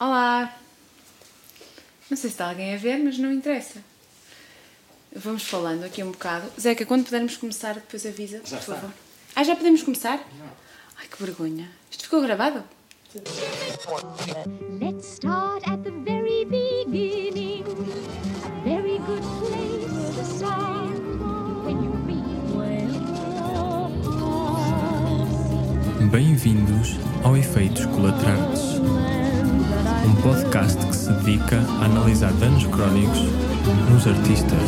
Olá! Não sei se está alguém a ver, mas não interessa. Vamos falando aqui um bocado. Zeca, quando pudermos começar, depois avisa, por favor. Já podemos começar? Não. Ai, que vergonha. Isto ficou gravado? Let's start at the very beginning. A very good place to start. When you read well. Bem-vindos ao Efeitos Colaterais, um podcast que se dedica a analisar danos crónicos nos artistas.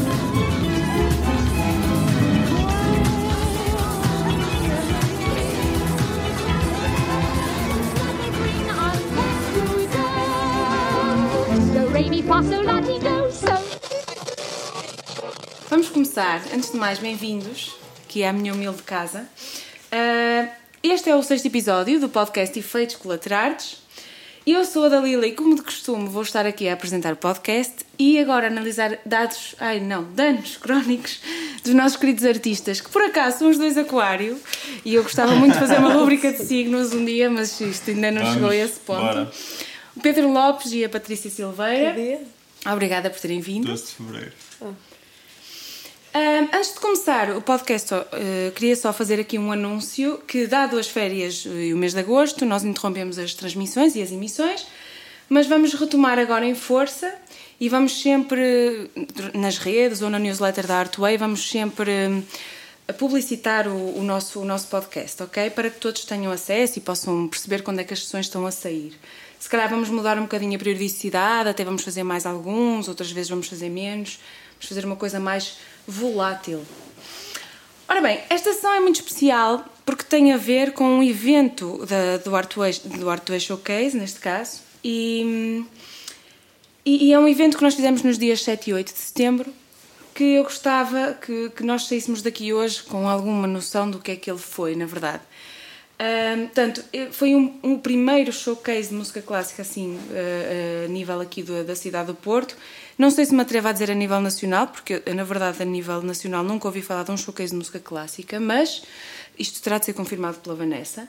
Vamos começar. Antes de mais, bem-vindos, que é a minha humilde casa. Este é o 6º episódio do podcast Efeitos Colaterais. Eu sou a Dalila e, como de costume, vou estar aqui a apresentar o podcast e agora analisar danos crónicos dos nossos queridos artistas, que por acaso são os dois Aquário, e eu gostava muito de fazer uma rúbrica de signos um dia, mas isto ainda não chegou a esse ponto. Bora. O Pedro Lopes e a Patrícia Silveira. Bom dia. Obrigada por terem vindo. 12 de fevereiro. Antes de começar o podcast, queria só fazer aqui um anúncio que, dado as férias e o mês de agosto, nós interrompemos as transmissões e as emissões, mas vamos retomar agora em força e vamos sempre, nas redes ou na newsletter da Artway, vamos sempre publicitar o nosso podcast, ok? Para que todos tenham acesso e possam perceber quando é que as sessões estão a sair. Se calhar vamos mudar um bocadinho a periodicidade, até vamos fazer mais alguns, outras vezes vamos fazer menos, vamos fazer uma coisa mais volátil. Ora bem, esta sessão é muito especial porque tem a ver com um evento do Artway Showcase, neste caso, e é um evento que nós fizemos nos dias 7 e 8 de setembro, que eu gostava que nós saíssemos daqui hoje com alguma noção do que é que ele foi, na verdade. Portanto, foi um primeiro showcase de música clássica assim, a nível aqui da cidade do Porto. Não sei se me atrevo a dizer a nível nacional, porque na verdade a nível nacional nunca ouvi falar de um showcase de música clássica, mas isto terá de ser confirmado pela Vanessa.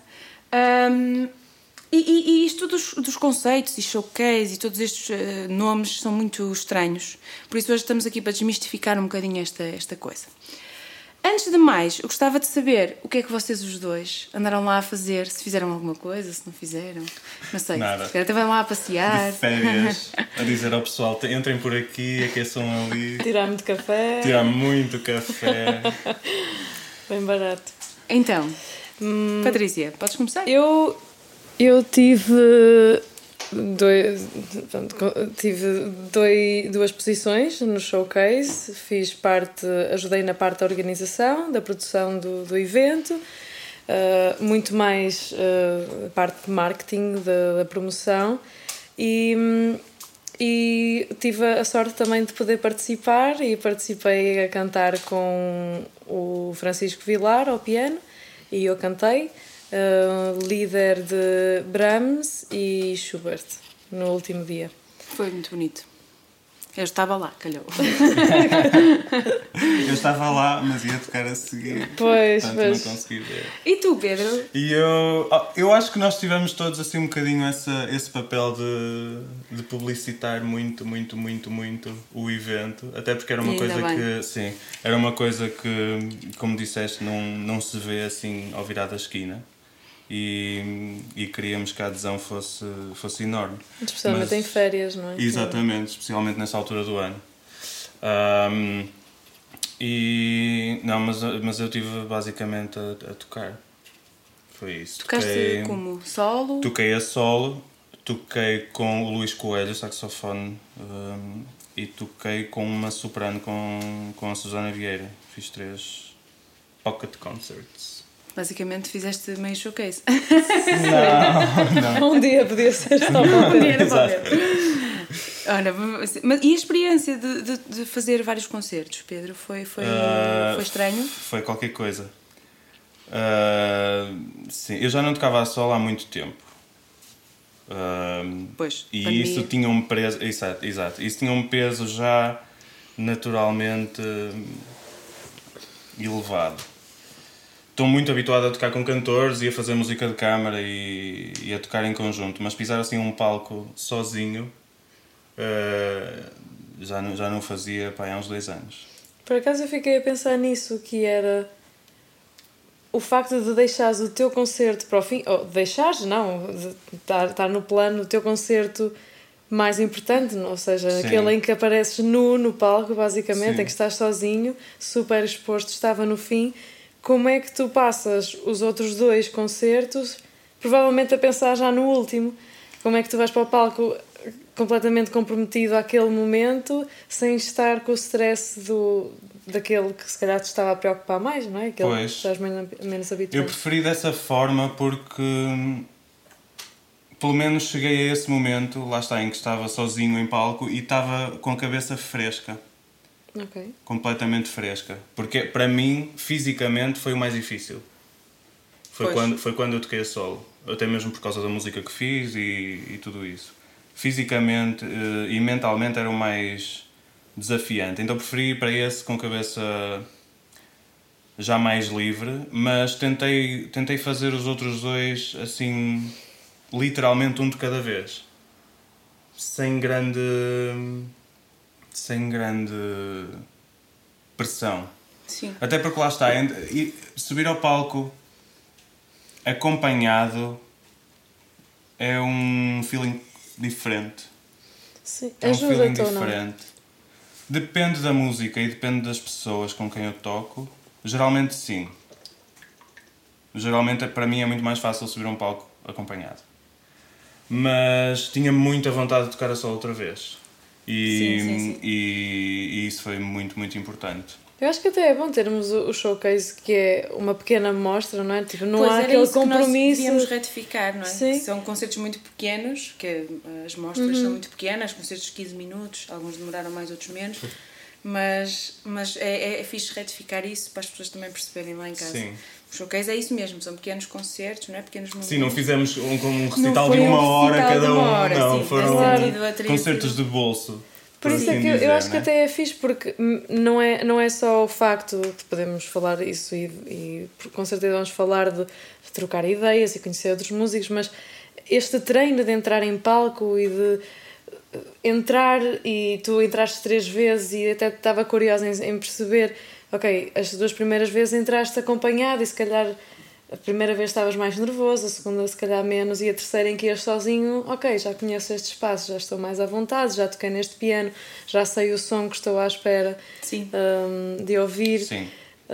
E isto dos conceitos e showcase e todos estes nomes são muito estranhos, por isso hoje estamos aqui para desmistificar um bocadinho esta coisa. Antes de mais, eu gostava de saber o que é que vocês os dois andaram lá a fazer, se fizeram alguma coisa, se não fizeram, não sei, Nada. se calhar estavam lá a passear. De férias, a dizer ao pessoal, entrem por aqui, aqueçam ali, Tirar muito café. tirar muito café. Bem barato. Então, Patrícia, podes começar? Eu tive duas posições no showcase. Ajudei na parte da organização, da produção do evento, muito mais a parte de marketing, da promoção, e tive a sorte também de poder participar, e participei a cantar com o Francisco Vilar ao piano, e eu cantei líder de Brahms e Schubert no último dia. Foi muito bonito. Eu estava lá, calhou. Eu estava lá, mas ia tocar a seguir. Pois. Portanto, não consegui ver. E tu, Pedro? E eu acho que nós tivemos todos assim um bocadinho esse papel de publicitar muito o evento, até porque era uma coisa que, sim, era uma coisa que, como disseste, não se vê assim ao virar da esquina. E queríamos que a adesão fosse enorme. Especialmente em férias, não é? Exatamente, especialmente nessa altura do ano. Mas eu estive basicamente a tocar. Foi isso. Tocaste como? Solo? Toquei a solo, toquei com o Luís Coelho, saxofone, e toquei com uma soprano com a Susana Vieira. Fiz 3 pocket concerts. Basicamente fizeste meio showcase. Não. Um dia podia ser só Um dia era Exato. para ver. Ora, e a experiência de fazer vários concertos, Pedro? Foi estranho? Foi qualquer coisa. Sim, eu já não tocava a solo há muito tempo. Pois, E pandemia. isso tinha um peso. Exato. Isso tinha um peso já naturalmente elevado. estou muito habituado a tocar com cantores e a fazer música de câmara e a tocar em conjunto, mas pisar assim um palco sozinho já não fazia há uns 2 anos. Por acaso eu fiquei a pensar nisso, que era o facto de deixares o teu concerto para o fim, ou deixares, não, de estar no plano o teu concerto mais importante, ou seja, Sim. aquele em que apareces nu no palco, basicamente, Sim. em que estás sozinho, super exposto, estava no fim. Como é que tu passas os outros 2 concertos, provavelmente a pensar já no último? Como é que tu vais para o palco completamente comprometido àquele momento, sem estar com o stress daquele que se calhar te estava a preocupar mais, não é? Aquele Pois. que estás menos habituado. Eu preferi dessa forma porque pelo menos cheguei a esse momento, lá está, em que estava sozinho em palco e estava com a cabeça fresca. Ok. Completamente fresca. Porque para mim, fisicamente, foi o mais difícil. Foi quando eu toquei a solo. Até mesmo por causa da música que fiz e tudo isso. Fisicamente e mentalmente era o mais desafiante. Então preferi ir para esse com a cabeça já mais livre, mas tentei fazer os outros 2 assim, literalmente um de cada vez. Sem grande pressão. Sim. Até porque lá está, subir ao palco acompanhado é um feeling diferente. Sim. É um feeling Ajuda-te ou não? diferente. Depende da música e depende das pessoas com quem eu toco. Geralmente sim. Geralmente para mim é muito mais fácil subir a um palco acompanhado. Mas tinha muita vontade de tocar a solo outra vez. Sim. E isso foi muito, muito importante. Eu acho que até é bom termos o showcase, que é uma pequena amostra, não é? Tipo, não Pois, há era aquele isso que compromisso. nós devíamos retificar, não é? Sim. São concertos muito pequenos, que as mostras são muito pequenas, concertos de 15 minutos, alguns demoraram mais, outros menos, mas é fixe retificar isso para as pessoas também perceberem lá em casa. Sim. O showcase é isso mesmo, são pequenos concertos, não é? Pequenos momentos. Sim, não fizemos um Não recital foi de 1 hora recital de cada um. uma hora, Não, sim, foram faz sentido, teria concertos sido. de bolso. Por isso é assim que dizer, eu acho que né? até é fixe, porque não é só o facto de podermos falar isso e com certeza vamos falar de trocar ideias e conhecer outros músicos, mas este treino de entrar em palco e de entrar, e tu entraste 3 vezes e até estava curiosa em perceber, ok, as 2 primeiras vezes entraste acompanhado e se calhar a primeira vez estavas mais nervoso, a segunda se calhar menos e a terceira em que ias sozinho, ok, já conheço este espaço, já estou mais à vontade, já toquei neste piano, já sei o som que estou à espera Sim. De ouvir. Sim.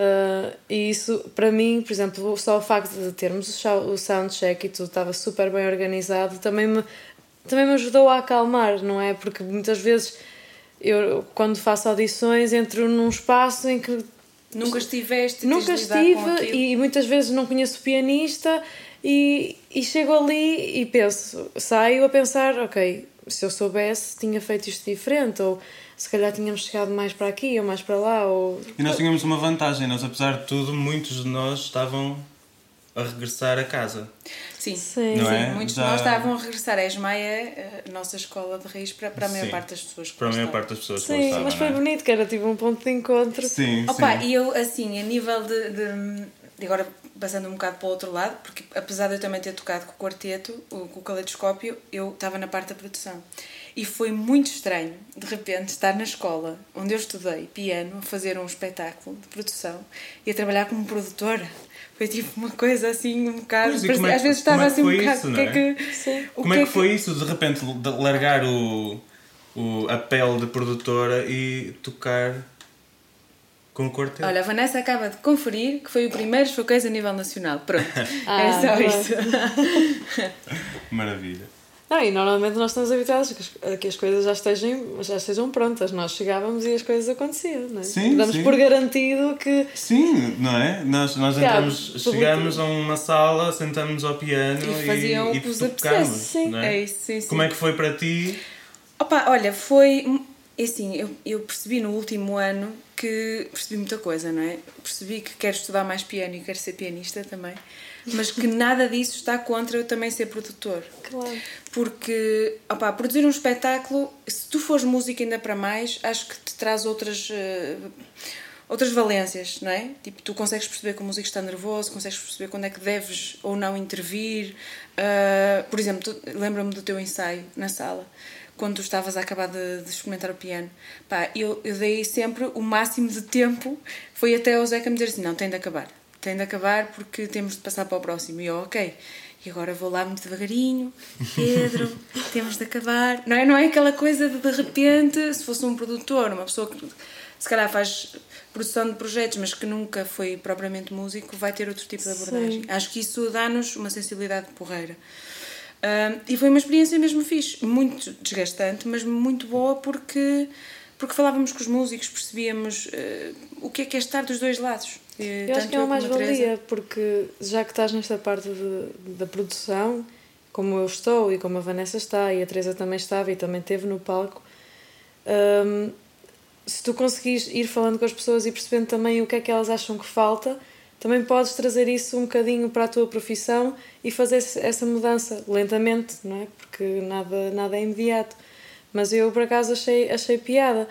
E isso, para mim, por exemplo, só o facto de termos o soundcheck e tudo estava super bem organizado, também me ajudou a acalmar, não é? Porque muitas vezes eu, quando faço audições, entro num espaço em que Nunca estiveste, nunca tens de lidar com estive aquilo. e muitas vezes não conheço o pianista e chego ali e penso, saio a pensar, ok, se eu soubesse tinha feito isto diferente, ou se calhar tínhamos chegado mais para aqui ou mais para lá, ou... E nós tínhamos uma vantagem, nós apesar de tudo, muitos de nós estavam a regressar a casa. Sim, Sim. Não é? muitos Já- de nós estavam a regressar. A ESMAI é a nossa escola de raiz para a maior Sim. parte das pessoas que Para a lá maior estavam. parte das pessoas que lá Sim, estavam, mas foi não é? bonito, que era tipo um ponto de encontro. Sim, Opa, sim. e eu, assim, a nível de agora passando um bocado para o outro lado, porque apesar de eu também ter tocado com o quarteto, com o caleidoscópio, eu estava na parte da produção. E foi muito estranho, de repente, estar na escola onde eu estudei piano, a fazer um espetáculo de produção e a trabalhar como produtora. Foi tipo uma coisa assim, um bocado. Pois, e como é que- às vezes como estava é que assim um foi bocado. isso, O não que é? é que. Sim. o Como é que foi isso, de repente, de largar a pele de produtora e tocar com o quarteto? Olha, a Vanessa acaba de conferir que foi o primeiro showcase a nível nacional. Pronto, é só pronto. isso. Maravilha. E normalmente nós estamos habituados a que as coisas já estejam prontas. Nós chegávamos e as coisas aconteciam, não é? Sim, Damos sim. por garantido que... Sim, não é? Nós entramos, público. chegamos a uma sala, sentamos ao piano E faziam e o que vos tocamos. apetecesse. Sim. Não é? É isso, sim, sim. Como é que foi para ti? Opa, olha, foi assim, eu percebi no último ano que percebi muita coisa, não é? Percebi que quero estudar mais piano e quero ser pianista também, mas que nada disso está contra eu também ser produtor. Claro. Porque, opa, produzir um espetáculo, se tu fores música ainda para mais, acho que te traz outras valências, não é? Tipo, tu consegues perceber que o músico está nervoso, consegues perceber quando é que deves ou não intervir. Por exemplo, lembra-me do teu ensaio na sala, quando tu estavas a acabar de experimentar o piano. Pá, eu dei sempre o máximo de tempo, foi até o Zeca me dizer assim, não, tem de acabar porque temos de passar para o próximo. E eu, ok, e agora vou lá muito devagarinho, Pedro, temos de acabar. Não é aquela coisa de repente, se fosse um produtor, uma pessoa que se calhar faz produção de projetos, mas que nunca foi propriamente músico, vai ter outro tipo de abordagem. Sim. Acho que isso dá-nos uma sensibilidade porreira. E foi uma experiência mesmo fixe, muito desgastante, mas muito boa porque falávamos com os músicos, percebíamos o que é estar dos dois lados. Eu acho que é uma mais-valia, porque já que estás nesta parte da produção, como eu estou e como a Vanessa está, e a Teresa também estava e também esteve no palco, se tu conseguires ir falando com as pessoas e percebendo também o que é que elas acham que falta, também podes trazer isso um bocadinho para a tua profissão e fazer essa mudança lentamente, não é? Porque nada é imediato. Mas eu, por acaso, achei piada.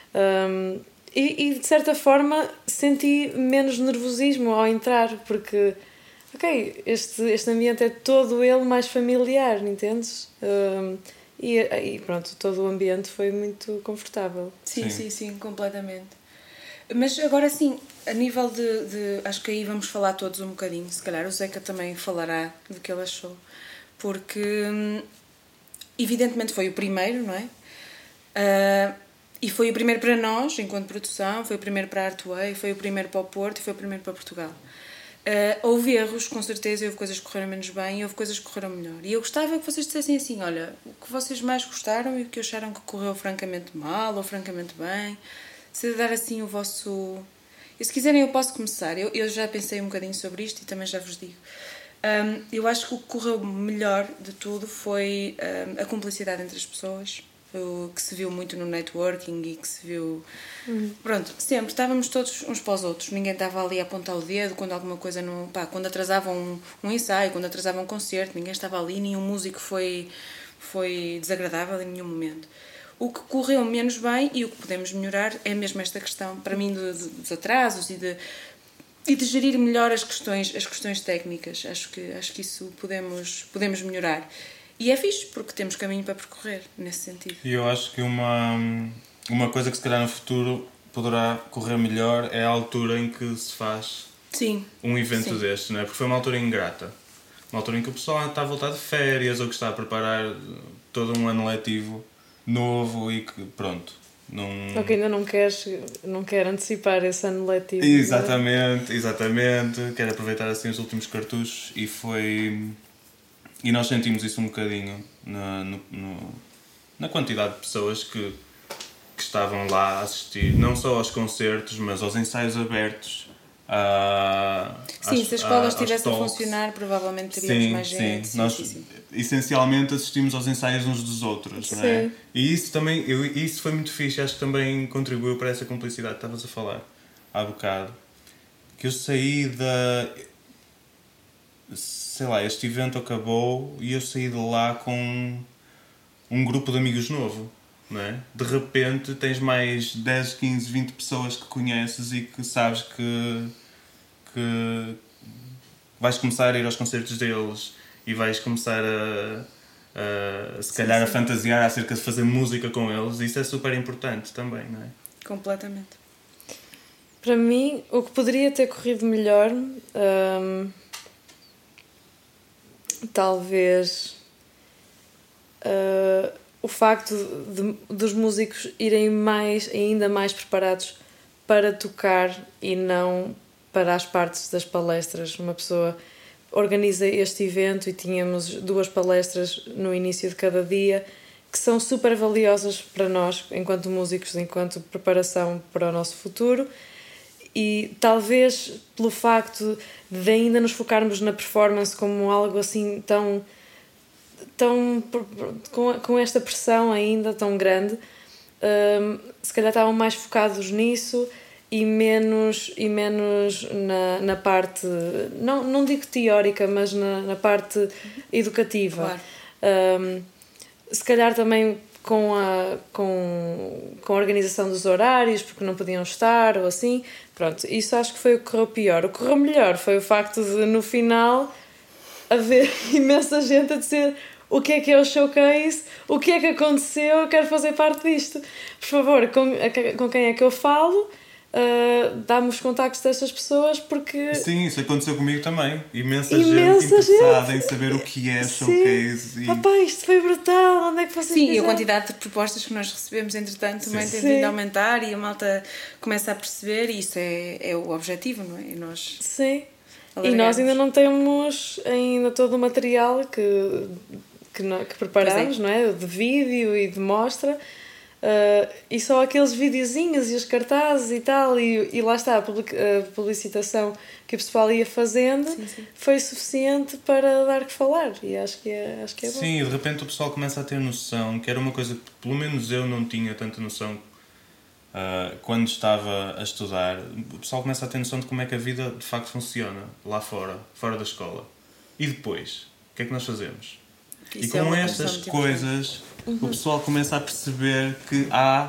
E de certa forma, senti menos nervosismo ao entrar, porque, ok, este ambiente é todo ele mais familiar, entendes? E pronto, todo o ambiente foi muito confortável. Sim, completamente. Mas agora sim, a nível de acho que aí vamos falar todos um bocadinho, se calhar o Zeca também falará do que ele achou, porque evidentemente foi o primeiro, não é? E foi o primeiro para nós, enquanto produção, foi o primeiro para a Artway, foi o primeiro para o Porto e foi o primeiro para Portugal. Houve erros, com certeza, houve coisas que correram menos bem e houve coisas que correram melhor. E eu gostava que vocês dissessem assim, olha, o que vocês mais gostaram e o que acharam que correu francamente mal ou francamente bem. Se dar assim o vosso... E se quiserem eu posso começar. Eu já pensei um bocadinho sobre isto e também já vos digo. Eu acho que o que correu melhor de tudo foi a cumplicidade entre as pessoas, que se viu muito no networking e que se viu... Pronto, sempre estávamos todos uns para os outros, ninguém estava ali a apontar o dedo quando alguma coisa não... Pá, quando atrasavam um ensaio, quando atrasavam um concerto, ninguém estava ali, nenhum músico foi desagradável em nenhum momento. O que correu menos bem e o que podemos melhorar é mesmo esta questão, para mim, dos atrasos e de gerir melhor as questões técnicas. Acho que isso podemos melhorar. E é fixe, porque temos caminho para percorrer, nesse sentido. E eu acho que uma coisa que se calhar no futuro poderá correr melhor é a altura em que se faz um evento deste, não é? Porque foi uma altura ingrata. Uma altura em que o pessoal está a voltar de férias ou que está a preparar todo um ano letivo novo e que, pronto, não... Ou que ainda não quer antecipar esse ano letivo. Exatamente. Quer aproveitar assim os últimos cartuchos e nós sentimos isso um bocadinho na quantidade de pessoas que estavam lá a assistir, não só aos concertos, mas aos ensaios abertos. Se a escola estivesse a funcionar, provavelmente teríamos mais gente. Nós essencialmente assistimos aos ensaios uns dos outros, não é? E isso também, isso foi muito fixe, acho que também contribuiu para essa cumplicidade que estavas a falar há bocado. Que eu saí sei lá, este evento acabou e eu saí de lá com um grupo de amigos novo, não é? De repente tens mais 10, 15, 20 pessoas que conheces e que sabes que vais começar a ir aos concertos deles e vais começar se calhar a fantasiar acerca de fazer música com eles. Isso é super importante também, não é? Completamente. Para mim, o que poderia ter corrido melhor... talvez o facto dos músicos irem ainda mais preparados para tocar e não para as partes das palestras. Uma pessoa organiza este evento e tínhamos 2 palestras no início de cada dia que são super valiosas para nós enquanto músicos, enquanto preparação para o nosso futuro. E talvez pelo facto de ainda nos focarmos na performance como algo assim tão com esta pressão ainda tão grande, se calhar estavam mais focados nisso e menos na parte, não digo teórica, mas na parte educativa. Claro. Se calhar também com a organização dos horários, porque não podiam estar ou assim. Pronto, isso acho que foi o que correu pior. O que correu melhor foi o facto de, no final, haver imensa gente a dizer o que é o showcase, o que é que aconteceu, eu quero fazer parte disto. Por favor, com quem é que eu falo? Dá-me os contactos dessas pessoas, porque... Sim, isso aconteceu comigo também. Imensa gente interessada em saber o que é showcase. E... Opa, isto foi brutal, onde é que vocês Sim, fizeram? e a quantidade de propostas que nós recebemos, entretanto, também tem vindo a aumentar e a malta começa a perceber, e isso é o objetivo, não é? E nós... Sim, e nós ainda não temos ainda todo o material que preparamos, não é? De vídeo e de mostra. E só aqueles videozinhos e os cartazes e tal, e lá está a publicitação que o pessoal ia fazendo, foi suficiente para dar que falar, e acho que é bom. Sim, e de repente o pessoal começa a ter noção, que era uma coisa que pelo menos eu não tinha tanta noção quando estava a estudar. O pessoal começa a ter noção de como é que a vida de facto funciona lá fora da escola. E depois, o que é que nós fazemos? E com estas coisas o pessoal começa a perceber que há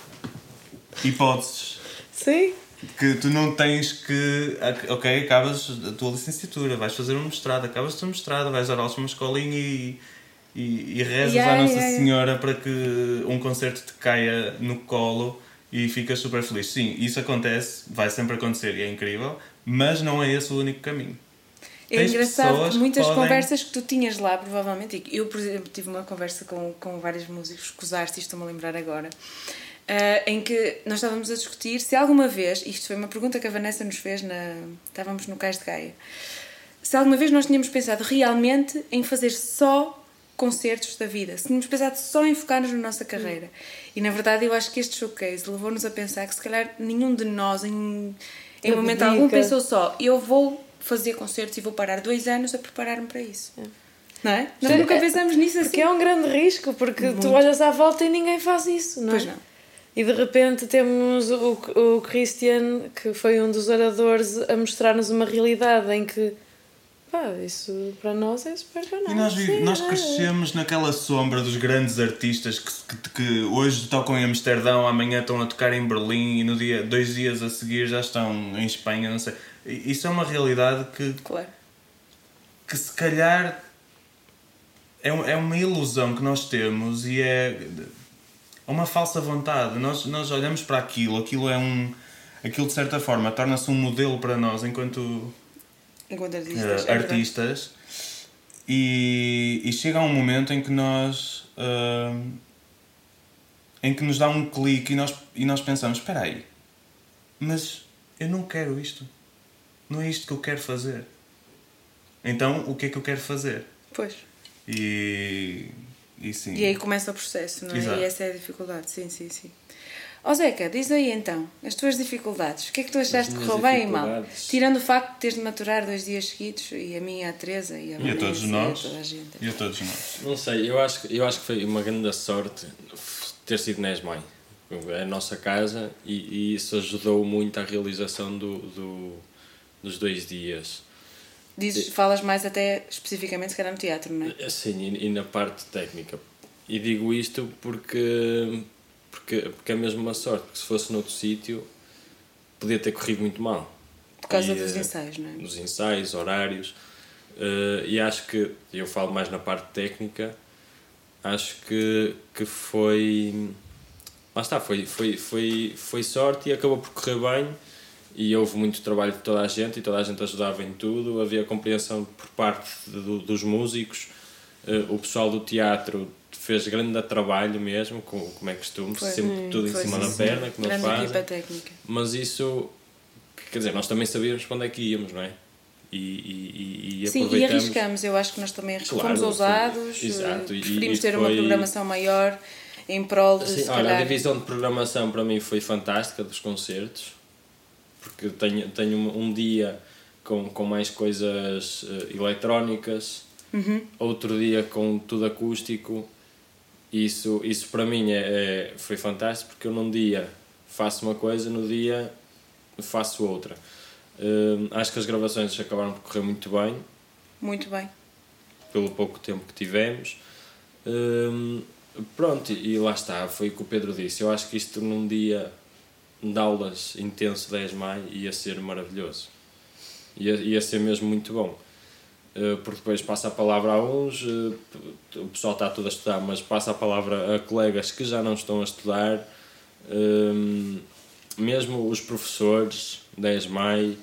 hipóteses. Sim. Que tu não tens que... Ok, acabas a tua licenciatura, vais fazer um mestrado, acabas o teu mestrado, vais dar aulas para uma escolinha e rezas à Nossa Senhora para que um concerto te caia no colo e ficas super feliz. Sim, isso acontece, vai sempre acontecer e é incrível, mas não é esse o único caminho. É engraçado que muitas conversas que tu tinhas lá, provavelmente, eu, por exemplo, tive uma conversa com vários músicos, com os artistas, estou-me a lembrar agora, em que nós estávamos a discutir se alguma vez, isto foi uma pergunta que a Vanessa nos fez, estávamos no Cais de Gaia, se alguma vez nós tínhamos pensado realmente em fazer só concertos da vida, se tínhamos pensado só em focar-nos na nossa carreira. E na verdade eu acho que este showcase levou-nos a pensar que se calhar nenhum de nós em momento algum pensou só, eu vou fazer concertos e vou parar 2 anos a preparar-me para isso. Não é? Nós nunca pensamos nisso assim. Porque é um grande risco, porque tu olhas à volta e ninguém faz isso, não é? Pois não. E de repente temos o Christian, que foi um dos oradores, a mostrar-nos uma realidade em que isso para nós é super banal. E nós crescemos naquela sombra dos grandes artistas que hoje tocam em Amsterdão, amanhã estão a tocar em Berlim e no 2 dias a seguir já estão em Espanha, não sei. Isso é uma realidade que se calhar é uma ilusão que nós temos e é uma falsa vontade. Nós olhamos para aquilo de certa forma torna-se um modelo para nós enquanto artistas e chega a um momento em que nós em que nos dá um clique e nós pensamos, espera aí, mas eu não quero isto. Não é isto que eu quero fazer. Então, o que é que eu quero fazer? Pois. E sim. E aí começa o processo, não é? Exato. E essa é a dificuldade, sim. Zeca, diz aí então, as tuas dificuldades. O que é que tu achaste que correu bem e mal? Tirando o facto de teres de maturar 2 dias seguidos, e a minha, a Teresa, e a Vanessa, todos nós. e a toda a gente. E a todos nós. Não sei, eu acho que foi uma grande sorte ter sido na ESMAI. É a nossa casa e isso ajudou muito à realização dos 2 dias. Falas mais até especificamente se calhar no teatro, não é? Sim, e na parte técnica. E digo isto porque é mesmo uma sorte, porque se fosse noutro sítio podia ter corrido muito mal. Por causa dos ensaios, não é? Dos ensaios, horários. E acho que, eu falo mais na parte técnica, acho que foi... Lá está, foi sorte e acabou por correr bem. E houve muito trabalho de toda a gente e toda a gente ajudava em tudo, havia compreensão por parte dos músicos, o pessoal do teatro fez grande trabalho mesmo, como é costume, sempre tudo em cima da perna que nós fazem. Equipa técnica. Mas isso, quer dizer, nós também sabíamos para onde é que íamos, não é? E sim, e arriscamos, eu acho que nós também fomos ousados, preferimos ter uma programação maior em prol de assim, olha, a divisão de programação para mim foi fantástica dos concertos, porque tenho um dia com mais coisas eletrónicas, outro dia com tudo acústico. Isso para mim foi fantástico, porque eu num dia faço uma coisa, no dia faço outra. Acho que as gravações acabaram por correr muito bem. Muito bem. Pelo pouco tempo que tivemos. Pronto, e lá está, foi o que o Pedro disse. Eu acho que isto num dia de aulas intenso 10 de maio ia ser maravilhoso. Ia ser mesmo muito bom. Porque depois passa a palavra a uns, o pessoal está todo a estudar, mas passa a palavra a colegas que já não estão a estudar, mesmo os professores, 10 de maio,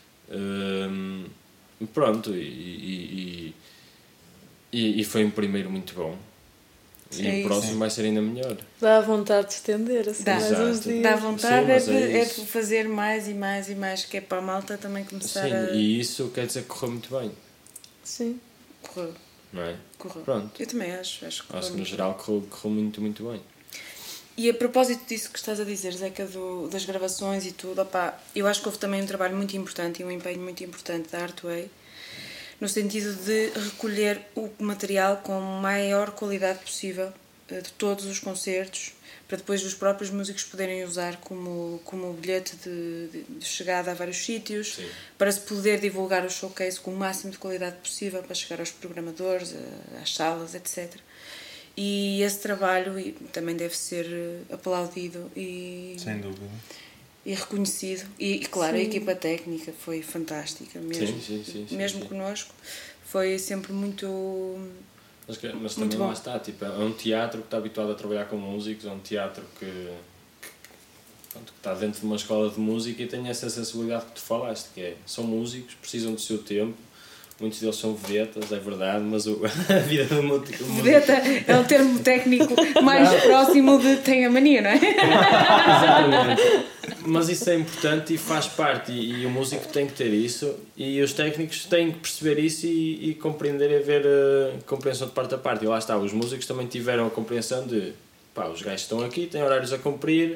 pronto, e foi um primeiro muito bom. E o próximo vai ser ainda melhor. Dá vontade de estender, assim, mais uns dias. Dá vontade Sim, é de fazer mais e mais e mais, que é para a malta também começar sim, a... e isso quer dizer que correu muito bem. Sim. Correu. Não é? Correu. Pronto. Eu também acho que correu. Acho que no geral correu muito, muito bem. E a propósito disso que estás a dizer, Zeca, das gravações e tudo, opá, eu acho que houve também um trabalho muito importante e um empenho muito importante da Artway, no sentido de recolher o material com a maior qualidade possível de todos os concertos, para depois os próprios músicos poderem usar como bilhete de chegada a vários sítios. Sim. Para se poder divulgar o showcase com o máximo de qualidade possível para chegar aos programadores, às salas, etc. E esse trabalho também deve ser aplaudido e... Sem dúvida. E reconhecido. E claro, sim, a equipa técnica foi fantástica mesmo. Sim, mesmo connosco. Foi sempre muito... Mas também lá está, tipo, é um teatro que está habituado a trabalhar com músicos, é um teatro que está dentro de uma escola de música e tem essa sensibilidade que tu falaste, que é, são músicos, precisam do seu tempo, muitos deles são vedetas, é verdade, mas a vida do músico... Vedeta é o termo técnico mais próximo de tem a mania, não é? Exatamente. Mas isso é importante e faz parte, e o músico tem que ter isso, e os técnicos têm que perceber isso e compreender e haver compreensão de parte a parte. E lá está, os músicos também tiveram a compreensão de, pá, os gajos estão aqui, têm horários a cumprir,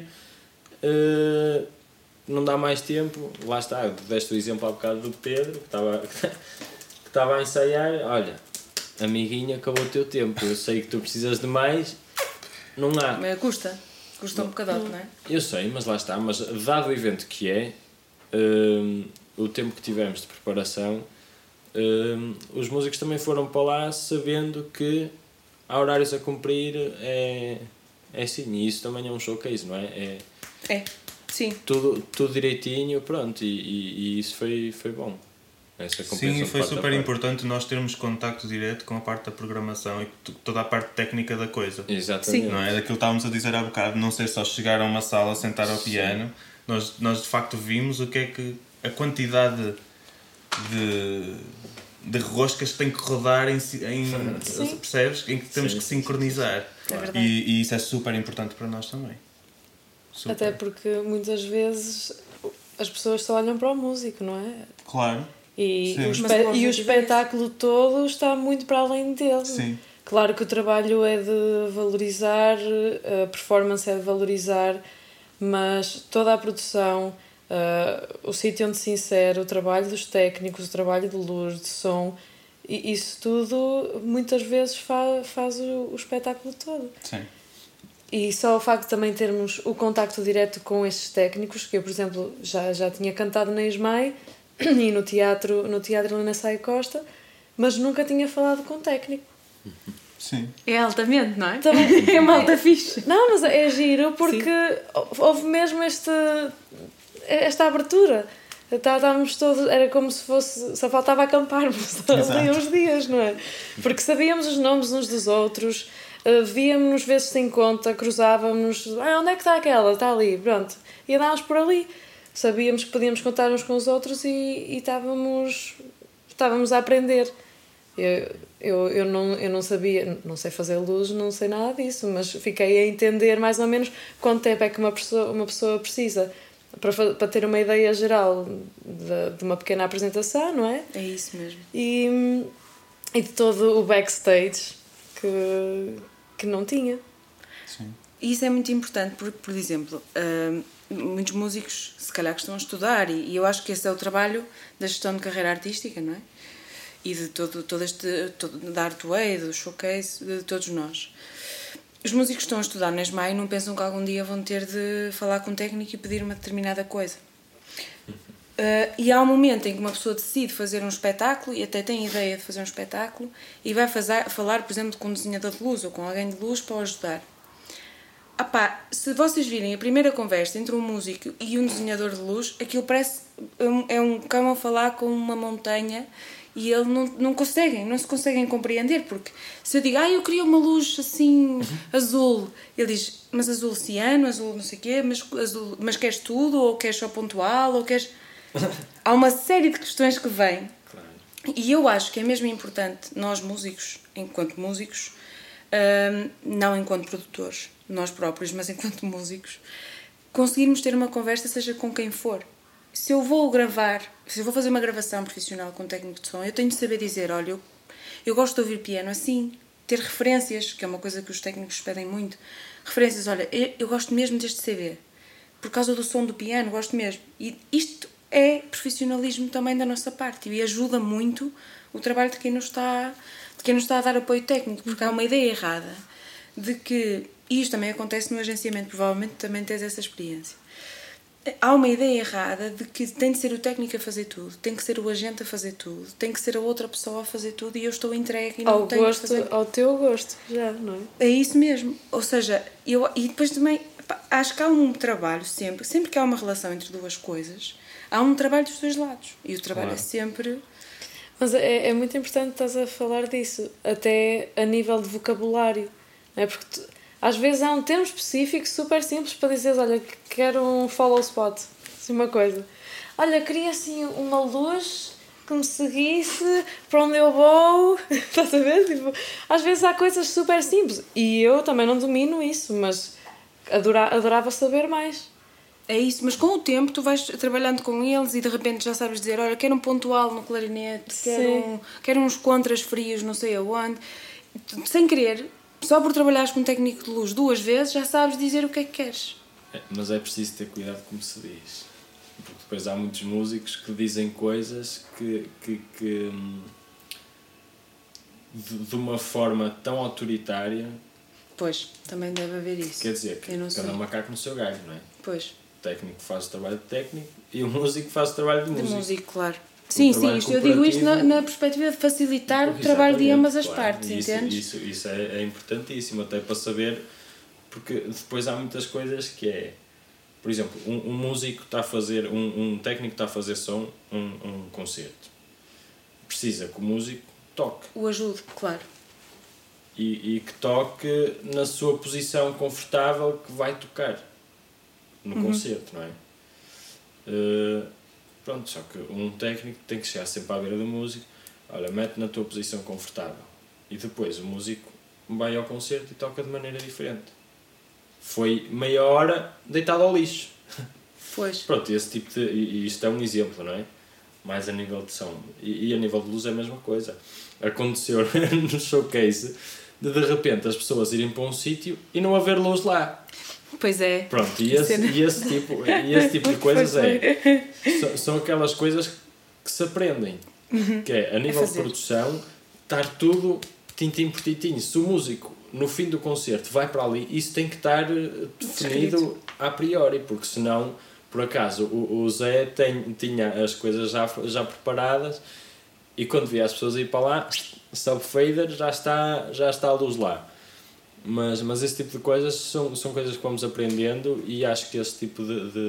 não dá mais tempo. Lá está, deste o exemplo há bocado do Pedro, que estava a ensaiar. Olha, amiguinho, acabou o teu tempo, eu sei que tu precisas de mais, não há. Mas custa um bocadote, não é? Eu sei, mas lá está, mas dado o evento que é, o tempo que tivemos de preparação, os músicos também foram para lá sabendo que há horários a cumprir, é assim, e isso também é um showcase, não é? Sim. Tudo direitinho, pronto, e isso foi bom. Sim, foi super importante nós termos contacto direto com a parte da programação e toda a parte técnica da coisa. Exatamente. Sim. Não é? Daquilo que estávamos a dizer há bocado, não ser só chegar a uma sala, sentar ao piano. Nós de facto vimos o que é que a quantidade de roscas que tem que rodar percebes? Em que temos que sincronizar. É e isso é super importante para nós também. Super. Até porque muitas vezes as pessoas só olham para o músico, não é? Claro. E o espetáculo todo está muito para além dele. Sim. Claro que o trabalho é de valorizar, a performance é de valorizar, mas toda a produção, o sítio onde se insere, o trabalho dos técnicos, o trabalho de luz, de som, e isso tudo muitas vezes faz o espetáculo todo. Sim. E só o facto de também termos o contacto direto com esses técnicos, que eu, por exemplo, já tinha cantado na Ismael e no teatro Helena Saia Costa, mas nunca tinha falado com o técnico. Sim. É altamente, não é? Também, é uma alta fixe. Não, mas é giro porque houve mesmo esta abertura. Estávamos todos, era como se fosse, só faltava acamparmos ali uns dias, não é? Porque sabíamos os nomes uns dos outros, víamos-nos vezes sem conta, cruzávamos, onde é que está aquela? Está ali, pronto. E andávamos por ali. Sabíamos que podíamos contar uns com os outros e estávamos a aprender. Eu não sabia, não sei fazer luz, não sei nada disso, mas fiquei a entender mais ou menos quanto tempo é que uma pessoa precisa para ter uma ideia geral de uma pequena apresentação, não é? É isso mesmo. E de todo o backstage que não tinha. Sim. E isso é muito importante porque, por exemplo, muitos músicos se calhar que estão a estudar e eu acho que esse é o trabalho da gestão de carreira artística, não é? E de todo da Artway, do showcase, de todos nós. Os músicos que estão a estudar na ESMAI não pensam que algum dia vão ter de falar com um técnico e pedir uma determinada coisa. E há um momento em que uma pessoa decide fazer um espetáculo e até tem ideia de fazer um espetáculo e vai falar, por exemplo, com um desenhador de luz ou com alguém de luz para o ajudar. Se vocês virem a primeira conversa entre um músico e um desenhador de luz, aquilo parece um cão a falar com uma montanha e eles não se conseguem compreender, porque se eu digo, eu queria uma luz assim, azul, ele diz, mas azul ciano, azul não sei o quê, mas queres tudo, ou queres só pontual, ou queres... Há uma série de questões que vêm. Claro. E eu acho que é mesmo importante nós músicos, enquanto músicos, não enquanto produtores, nós próprios, mas enquanto músicos, conseguirmos ter uma conversa, seja com quem for. Se eu vou fazer uma gravação profissional com um técnico de som, eu tenho de saber dizer, olha, eu gosto de ouvir piano assim, ter referências, que é uma coisa que os técnicos pedem muito, referências, olha, eu gosto mesmo deste CD, por causa do som do piano, gosto mesmo. E isto é profissionalismo também da nossa parte e ajuda muito o trabalho de quem nos está a dar apoio técnico, porque há uma ideia errada de que, e isto também acontece no agenciamento, provavelmente também tens essa experiência, há uma ideia errada de que tem de ser o técnico a fazer tudo, tem que ser o agente a fazer tudo, tem que ser a outra pessoa a fazer tudo e eu estou entregue e não tenho que fazer... Ao teu gosto, já, não é? É isso mesmo, ou seja, e depois também acho que há um trabalho sempre que há uma relação entre duas coisas, há um trabalho dos dois lados e o trabalho é sempre... Mas é muito importante estás a falar disso, até a nível de vocabulário, não é? Porque às vezes há um termo específico super simples para dizeres, olha, quero um follow spot, assim uma coisa. Olha, queria assim uma luz que me seguisse para onde eu vou, estás a ver? Tipo, às vezes há coisas super simples e eu também não domino isso, mas adorava saber mais. É isso, mas com o tempo tu vais trabalhando com eles e de repente já sabes dizer, olha, quero um pontual no clarinete, quero uns contras frios não sei aonde. Sem querer, só por trabalhares com um técnico de luz 2 vezes, já sabes dizer o que é que queres. Mas é preciso ter cuidado como se diz. Porque depois há muitos músicos que dizem coisas que de uma forma tão autoritária. Pois, também deve haver isso. Quer dizer, que cada macaco no seu galho, não é? Pois. O técnico faz o trabalho de técnico e o músico faz o trabalho de músico. De músico, claro. Sim, isto, eu digo isto na perspectiva de facilitar o trabalho de ambas as partes, entendes? Isso é importantíssimo, até para saber, porque depois há muitas coisas que é, por exemplo, um músico está a fazer, um técnico está a fazer som, um concerto. Precisa que o músico toque. O ajude, claro. E que toque na sua posição confortável que vai tocar no concerto, não é? Pronto, só que um técnico tem que chegar sempre à beira do músico, olha, mete na tua posição confortável e depois o músico vai ao concerto e toca de maneira diferente. Foi meia hora deitado ao lixo. Pois. Pronto, esse tipo de... E isto é um exemplo, não é? Mais a nível de som. E a nível de luz é a mesma coisa. Aconteceu no showcase de repente as pessoas irem para um sítio e não haver luz lá. Pois é. Pronto, e esse tipo de coisas são aquelas coisas que se aprendem. Que é, a nível de produção, estar tudo tintim por tintim. Se o músico, no fim do concerto, vai para ali, isso tem que estar definido a priori, porque senão, por acaso, o Zé tinha as coisas já preparadas e quando via as pessoas ir para lá, subfader, já está a luz lá. Mas esse tipo de coisas são coisas que vamos aprendendo e acho que esse tipo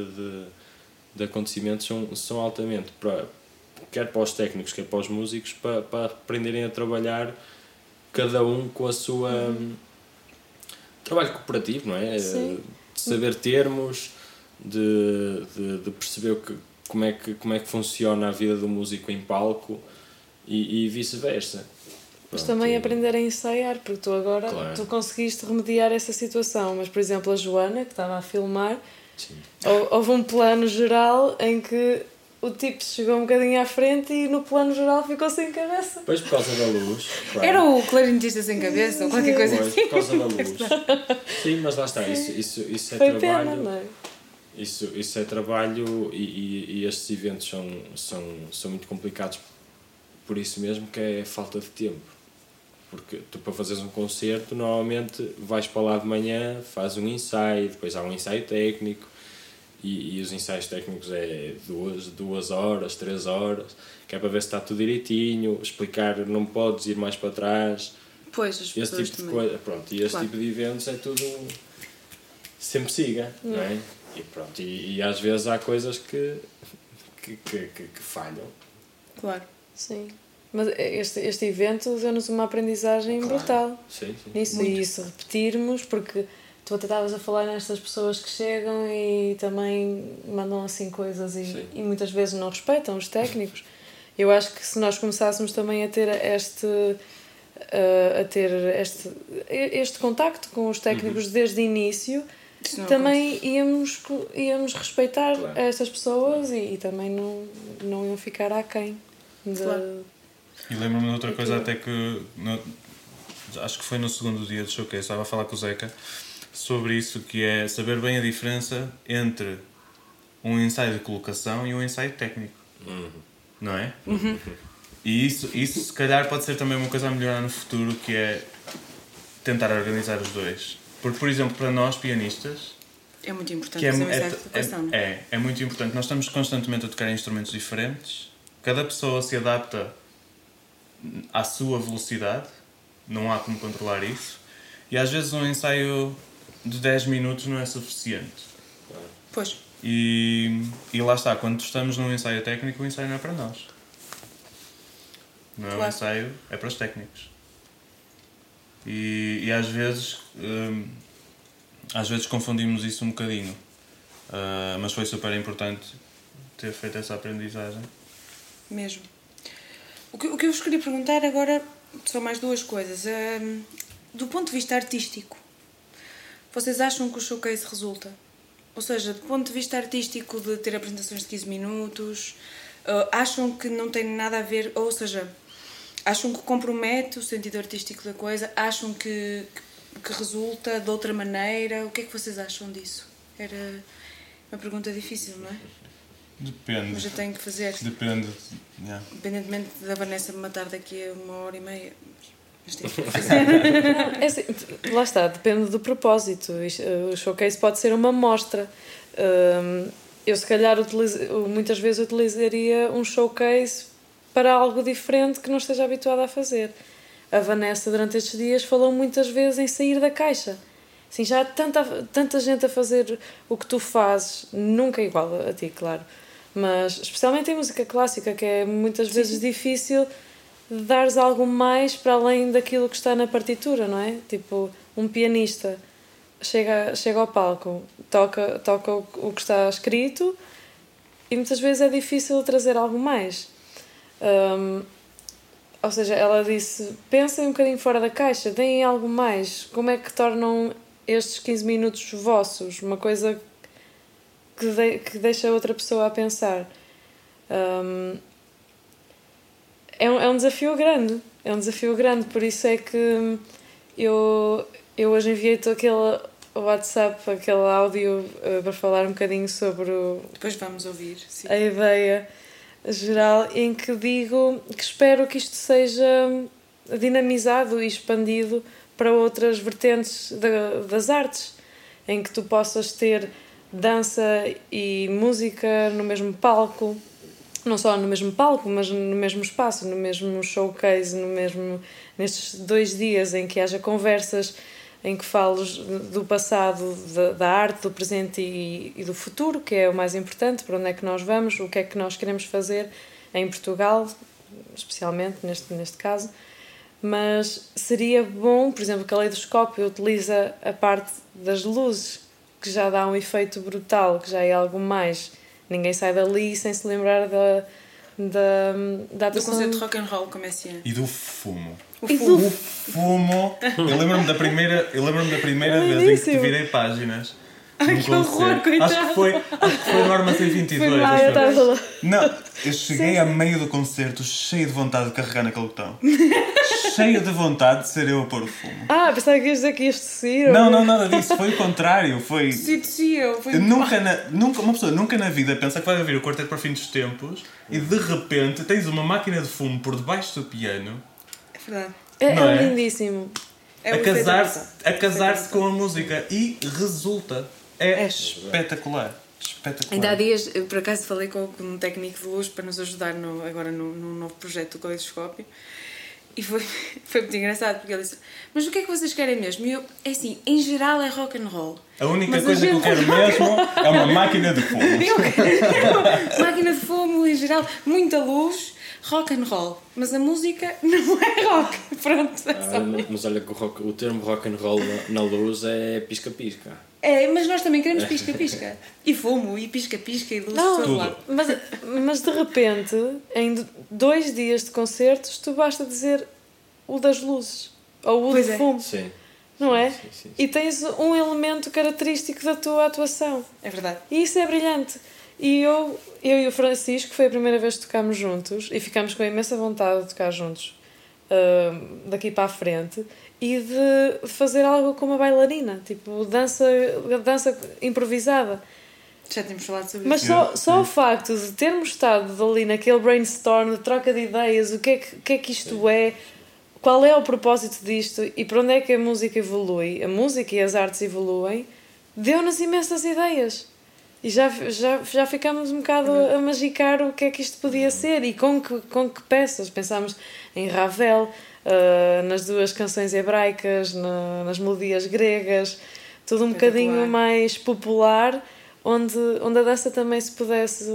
de acontecimentos são altamente, quer para os técnicos, quer para os músicos, para aprenderem a trabalhar cada um com a sua... trabalho cooperativo, não é? Sim. De saber termos, de perceber como é que funciona a vida do músico em palco e vice-versa. Mas também aprender a ensaiar, porque tu agora tu conseguiste remediar essa situação. Mas, por exemplo, a Joana, que estava a filmar, houve um plano geral em que o tipo chegou um bocadinho à frente e no plano geral ficou sem cabeça. Pois, por causa da luz. Claro. Era o clarinetista sem cabeça ou qualquer coisa assim. Por causa da luz. Sim, mas lá está, isso é foi trabalho. Pena, não é? Isso é trabalho e estes eventos são muito complicados por isso mesmo, que é falta de tempo. Porque tu, para fazeres um concerto, normalmente vais para lá de manhã, fazes um ensaio, depois há um ensaio técnico e os ensaios técnicos é 2 horas, 3 horas, que é para ver se está tudo direitinho, explicar, não podes ir mais para trás. Pois, as Esse pessoas tipo de também. coisa, pronto, e este tipo de eventos é tudo sempre siga, não é? E pronto, e às vezes há coisas que falham. Claro. Sim. Mas este evento deu-nos uma aprendizagem brutal. Sim, sim. Nisso, e isso repetirmos, porque tu até estavas a falar nestas pessoas que chegam e também mandam assim coisas e muitas vezes não respeitam os técnicos. Eu acho que se nós começássemos também a ter este contacto com os técnicos desde o início, também íamos respeitar estas pessoas e também não iam ficar aquém. Claro. E lembro-me de outra coisa até que acho que foi no segundo dia de showcase, estava a falar com o Zeca sobre isso, que é saber bem a diferença entre um ensaio de colocação e um ensaio técnico. Não é? E isso se calhar pode ser também uma coisa a melhorar no futuro, que é tentar organizar os dois. Porque, por exemplo, para nós pianistas é muito importante fazer um ensaio de colocação. É muito importante. Nós estamos constantemente a tocar instrumentos diferentes. Cada pessoa se adapta à sua velocidade. Não há como controlar isso. E às vezes um ensaio de 10 minutos não é suficiente. Pois. E lá está, quando estamos num ensaio técnico, o ensaio não é para nós. Não é um ensaio, é para os técnicos. E às vezes confundimos isso um bocadinho. Mas foi super importante ter feito essa aprendizagem. Mesmo. O que eu vos queria perguntar agora são mais duas coisas. Do ponto de vista artístico, vocês acham que o showcase resulta? Ou seja, do ponto de vista artístico, de ter apresentações de 15 minutos, acham que não tem nada a ver, ou seja, acham que compromete o sentido artístico da coisa? Acham que resulta de outra maneira? O que é que vocês acham disso? Era uma pergunta difícil, não é? Depende. Mas eu tenho que fazer. Depende. Yeah. Independentemente da Vanessa me matar daqui a 1h30. Mas tenho que É assim, lá está, depende do propósito. O showcase pode ser uma mostra. Eu se calhar muitas vezes utilizaria um showcase para algo diferente que não esteja habituada a fazer. A Vanessa durante estes dias falou muitas vezes em sair da caixa. Assim, já há tanta gente a fazer o que tu fazes, nunca igual a ti, claro, mas especialmente em música clássica, que é muitas vezes difícil dares algo mais para além daquilo que está na partitura, não é? Tipo, um pianista chega ao palco, toca o que está escrito e muitas vezes é difícil trazer algo mais. Ou seja, ela disse, pensem um bocadinho fora da caixa, deem algo mais. Como é que tornam estes 15 minutos vossos? Uma coisa que deixa outra pessoa a pensar. É um desafio grande. É um desafio grande, por isso é que eu hoje enviei-te aquele WhatsApp, aquele áudio para falar um bocadinho sobre Depois vamos ouvir. Sim. A ideia geral, em que digo que espero que isto seja dinamizado e expandido para outras vertentes das artes, em que tu possas ter dança e música no mesmo palco, não só no mesmo palco, mas no mesmo espaço, no mesmo showcase, nestes 2 dias em que haja conversas, em que fales do passado, da arte, do presente e do futuro, que é o mais importante, para onde é que nós vamos, o que é que nós queremos fazer em Portugal, especialmente neste caso. Mas seria bom, por exemplo, que a Leidoscópio utiliza a parte das luzes, que já dá um efeito brutal, que já é algo mais. Ninguém sai dali sem se lembrar da atuação. Do concerto de rock and roll, como é assim? E do fumo. O fumo. Eu lembro-me da primeira vez em que te virei páginas. Ai, que horror, coitado. Acho que foi no Armazém 22. Não, eu cheguei a meio do concerto cheio de vontade de carregar naquele botão. Cheio de vontade de ser eu a pôr o fumo. Pensava que ias dizer que ias tossir. Não, nada disso. Foi o contrário. Foi... Uma pessoa nunca na vida pensa que vai ouvir o Quarteto para o Fim dos Tempos e de repente tens uma máquina de fumo por debaixo do piano. É verdade. É lindíssimo. A casar-se com a música e resulta. É espetacular. Espetacular. Ainda há dias, eu, por acaso, falei com um técnico de luz para nos ajudar agora no novo projeto do Caleidoscópio. E foi muito engraçado, porque ele disse: mas o que é que vocês querem mesmo? E eu, é assim, em geral é rock and roll. A única Mas coisa que eu quero mesmo é uma máquina de fumo. Máquina de fumo, em geral, muita luz, rock and roll. Mas a música não é rock. Pronto, é só Mas olha que o termo rock and roll na luz é pisca-pisca. É, mas nós também queremos pisca-pisca. E fumo, e pisca-pisca, e luz de todo lado. Mas de repente, em 2 dias de concertos, tu basta dizer o das luzes. Ou o Pois de é. fumo. Sim. Não é? Sim. E tens um elemento característico da tua atuação. É verdade. E isso é brilhante. E eu e o Francisco, foi a primeira vez que tocámos juntos e ficámos com a imensa vontade de tocar juntos daqui para a frente e de fazer algo com uma bailarina, tipo dança improvisada. Já tínhamos falado sobre Mas isso. só o facto de termos estado ali naquele brainstorm, de troca de ideias, o que é que isto é, qual é o propósito disto e para onde é que a música evolui, a música e as artes evoluem, deu-nos imensas ideias. E já ficámos um bocado a magicar o que é que isto podia ser e com que peças. Pensámos em Ravel, nas 2 canções hebraicas, nas melodias gregas, tudo um bocadinho mais popular, onde a dança também se pudesse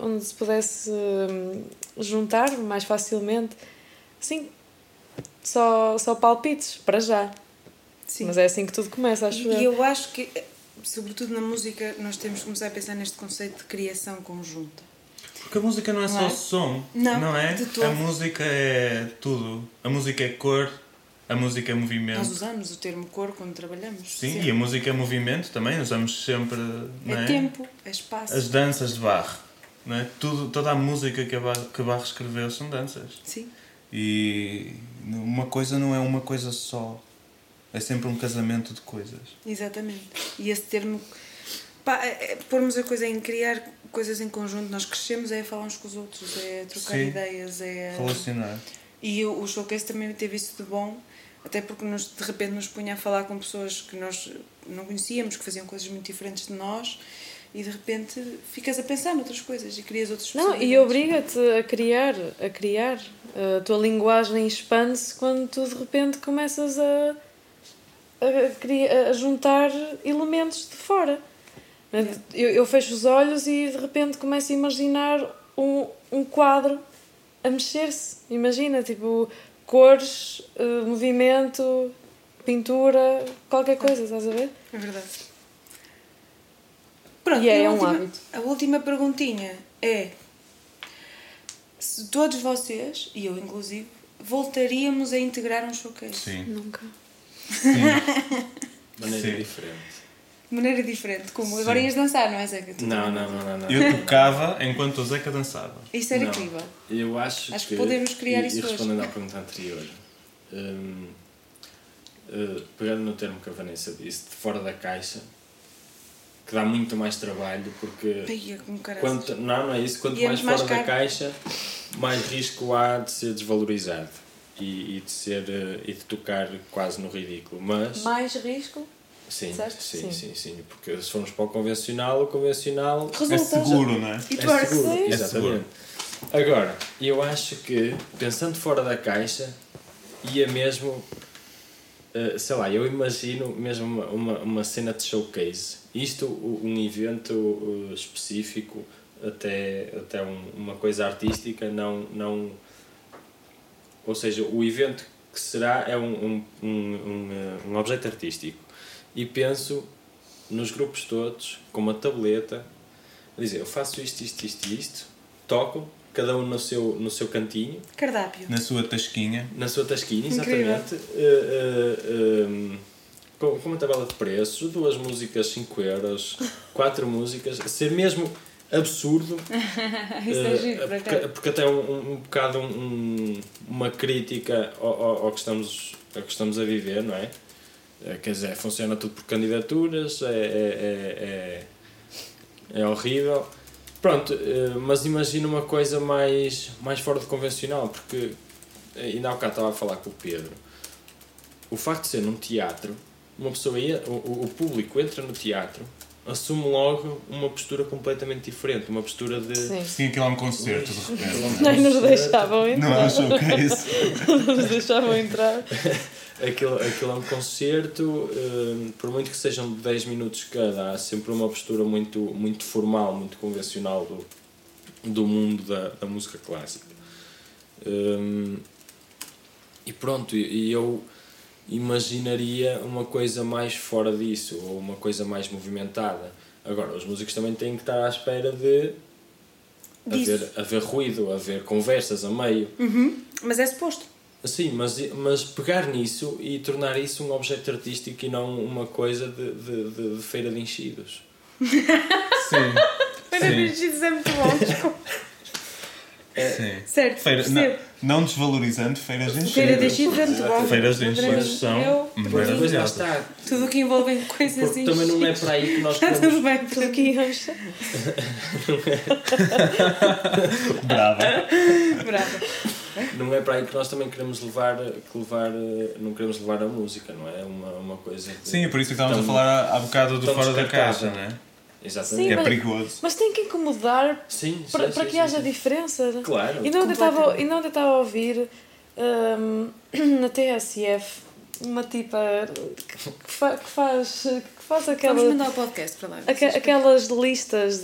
juntar mais facilmente. Assim, só palpites, para já. Sim. Mas é assim que tudo começa, acho E eu acho que, sobretudo na música, nós temos que começar a pensar neste conceito de criação conjunta. Porque a música não é só som, não é? de todo. A música é tudo. A música é cor, a música é movimento. Nós usamos o termo cor quando trabalhamos. Sim, sempre. e a música é movimento também, usamos sempre, não é? Tempo, é espaço. As danças de Bach, não é? Toda a música que Bach escreveu são danças. Sim. E uma coisa não é uma coisa só. É sempre um casamento de coisas. Exatamente. E esse termo, pormos a coisa em criar coisas em conjunto, nós crescemos é falar uns com os outros, é trocar Sim. ideias, é Relacionar. E o showcase também teve isso de bom, até porque de repente nos punha a falar com pessoas que nós não conhecíamos, que faziam coisas muito diferentes de nós, e de repente ficas a pensar noutras coisas e crias outras Não, e obriga-te a criar. A tua linguagem expande-se quando tu de repente começas a juntar elementos de fora. Eu fecho os olhos e de repente começo a imaginar um quadro a mexer-se. Imagina, tipo, cores, movimento, pintura, qualquer coisa, estás a ver? É verdade. Pronto, E é um hábito. A última perguntinha é: se todos vocês, e eu inclusive, voltaríamos a integrar um showcase? Sim. Nunca. De maneira diferente. De maneira diferente, como? Sim. Agora ias dançar, não é, Zeca? Tu Não. também. Eu tocava enquanto o Zeca dançava. Isso era Não. incrível. Eu acho que podemos criar isso e hoje. respondendo à pergunta anterior, pegando no termo que a Vanessa disse, de fora da caixa, que dá muito mais trabalho, porque Peia, como caraças. não é isso, quanto E é mais mais fora da caro. caixa, mais risco há de ser desvalorizado e de tocar quase no ridículo, mas Mais risco? sim, Certo? sim, porque se formos para o convencional Resulta. É seguro, não é? E é torce. seguro, Sim. exatamente. Agora, eu acho que, pensando fora da caixa, ia mesmo, sei lá, eu imagino mesmo uma cena de showcase. Isto, um evento específico, até uma coisa artística, não, ou seja, o evento que será é um objeto artístico. E penso nos grupos todos, com uma tableta, a dizer, eu faço isto, tocam, cada um no seu cantinho, Cardápio. Na sua tasquinha. na sua tasquinha, Incrível. exatamente, com uma tabela de preços, 2 músicas 5€, 4 músicas, ser mesmo absurdo. Isso é giro, por acaso. porque até um bocado uma crítica ao que estamos a viver, não é? Quer dizer, funciona tudo por candidaturas, é horrível. Pronto, mas imagina uma coisa mais fora do convencional, porque ainda há bocado estava a falar com o Pedro. O facto de ser num teatro, uma pessoa o público entra no teatro assume logo uma postura completamente diferente, uma postura de... Sim, aquilo é um concerto, de repente. Não nos deixavam entrar. Não é um showcase. Não nos deixavam entrar. Aquilo é um concerto, por muito que sejam 10 minutos cada, há sempre uma postura muito, muito formal, muito convencional do mundo da música clássica. E pronto, eu imaginaria uma coisa mais fora disso, ou uma coisa mais movimentada. Agora, os músicos também têm que estar à espera de haver ruído, haver conversas a meio. Mas é suposto. Sim, mas pegar nisso e tornar isso um objeto artístico e não uma coisa de feira de enchidos. Sim. Feira de enchidos é muito bom. Sim. Certo, não desvalorizando feiras de enchidos. Feira de enchidos é muito bom. Feiras de enchidos são Depois lá está. Tudo o que envolve coisas Porque também não é para aí que nós Tudo queremos... bem, tudo aqui. Brava. Não é para aí que nós também queremos levar não queremos levar a música, não é? Uma coisa... Sim, é por isso que estávamos a falar há bocado do fora da caixa, não é? Exatamente. Sim, é perigoso. Mas tem que incomodar para que haja diferença. Claro. E não estava a ouvir na TSF uma tipa que faz aquela... Vamos mandar o podcast para lá. Aquelas listas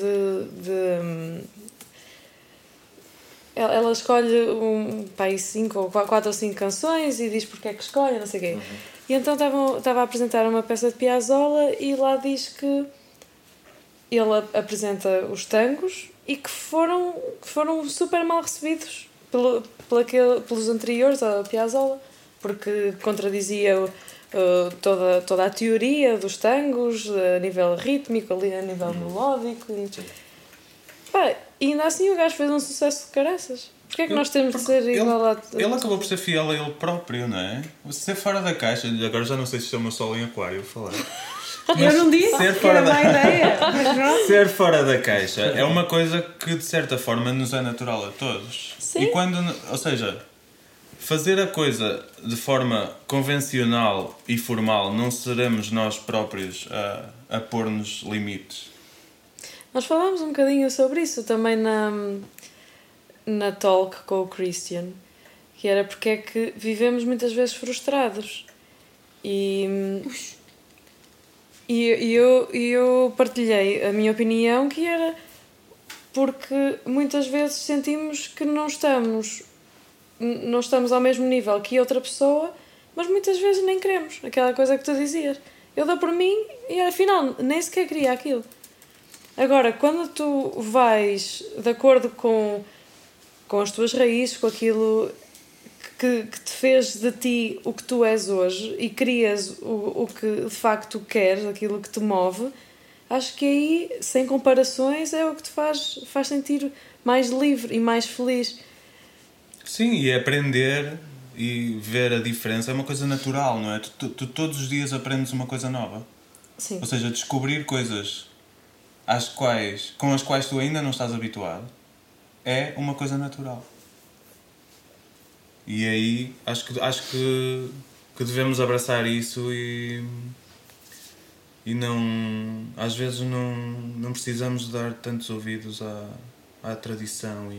ela escolhe 5 ou 4 ou 5 canções e diz porque é que escolhe, não sei o quê. E então estava a apresentar uma peça de Piazzolla e lá diz que ele apresenta os tangos e que foram super mal recebidos pelos anteriores a Piazzolla, porque contradizia toda a teoria dos tangos a nível rítmico, ali a nível melódico. E ainda assim o gajo fez um sucesso de caraças. Porquê é que nós temos de ser igual a... Ele acabou por ser fiel a ele próprio, não é? Ser fora da caixa, agora já não sei se chama sol em aquário falar. Eu não disse que era má ideia. Ser fora da caixa é uma coisa que de certa forma nos é natural a todos. Sim. E quando, ou seja, fazer a coisa de forma convencional e formal, não seremos nós próprios a pôr-nos limites. Nós falámos um bocadinho sobre isso também na talk com o Christian, que era porque é que vivemos muitas vezes frustrados. E eu partilhei a minha opinião, que era porque muitas vezes sentimos que não estamos ao mesmo nível que outra pessoa, mas muitas vezes nem queremos. Aquela coisa que tu dizias. Eu dou por mim e afinal nem sequer queria aquilo. Agora, quando tu vais de acordo com as tuas raízes, com aquilo que te fez de ti o que tu és hoje e crias o que de facto queres, aquilo que te move, acho que aí, sem comparações, é o que te faz sentir mais livre e mais feliz. Sim, e aprender e ver a diferença é uma coisa natural, não é? Tu todos os dias aprendes uma coisa nova. Sim. Ou seja, descobrir coisas com as quais tu ainda não estás habituado é uma coisa natural. E aí acho que devemos abraçar isso e não, às vezes não precisamos dar tantos ouvidos à tradição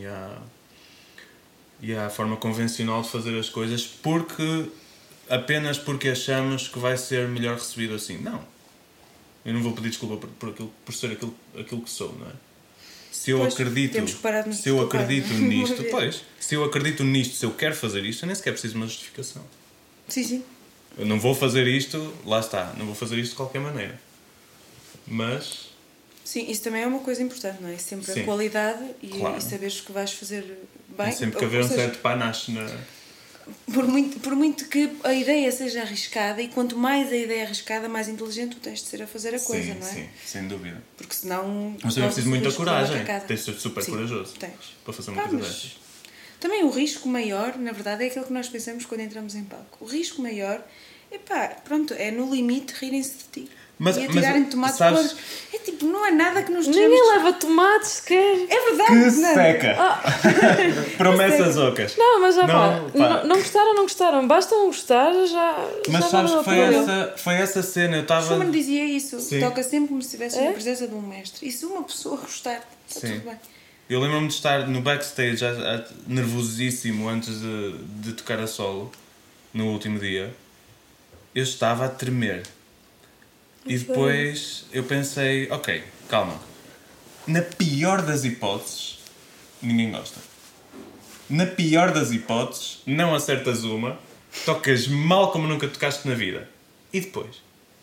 e à forma convencional de fazer as coisas apenas porque achamos que vai ser melhor recebido assim. Não. Eu não vou pedir desculpa por ser aquilo que sou, não é? Se eu acredito nisto, se eu acredito nisto, se eu quero fazer isto, eu nem sequer preciso de uma justificação. Sim. Eu não vou fazer isto, lá está, não vou fazer isto de qualquer maneira. Mas... Sim, isso também é uma coisa importante, não é? Sempre a qualidade e saberes que vais fazer bem. Tem sempre que haver um certo panache na... Por muito que a ideia seja arriscada, e quanto mais a ideia é arriscada, mais inteligente tu tens de ser a fazer a coisa, não é? Sim, sem dúvida. Porque senão... Mas é preciso muita coragem. Tens de ser super corajoso para fazer uma coisa dessas. Também o risco maior, na verdade, é aquilo que nós pensamos quando entramos em palco. O risco maior é no limite rirem-se de ti. e atirarem tomates podres. É tipo, não é nada que nos deixemos... Ninguém leva tomates sequer. É verdade. Que seca! Promessas ocas. Não, mas já não gostaram. Basta não gostar, já... Mas já sabes que foi essa cena, eu estava... Schumann dizia isso. Sim. Toca sempre como se estivesse na presença de um mestre. E se uma pessoa gostar, está tudo bem. Eu lembro-me de estar no backstage nervosíssimo antes de tocar a solo, no último dia. Eu estava a tremer. E depois eu pensei, ok, calma. Na pior das hipóteses, ninguém gosta. Na pior das hipóteses, não acertas uma, tocas mal como nunca tocaste na vida. E depois?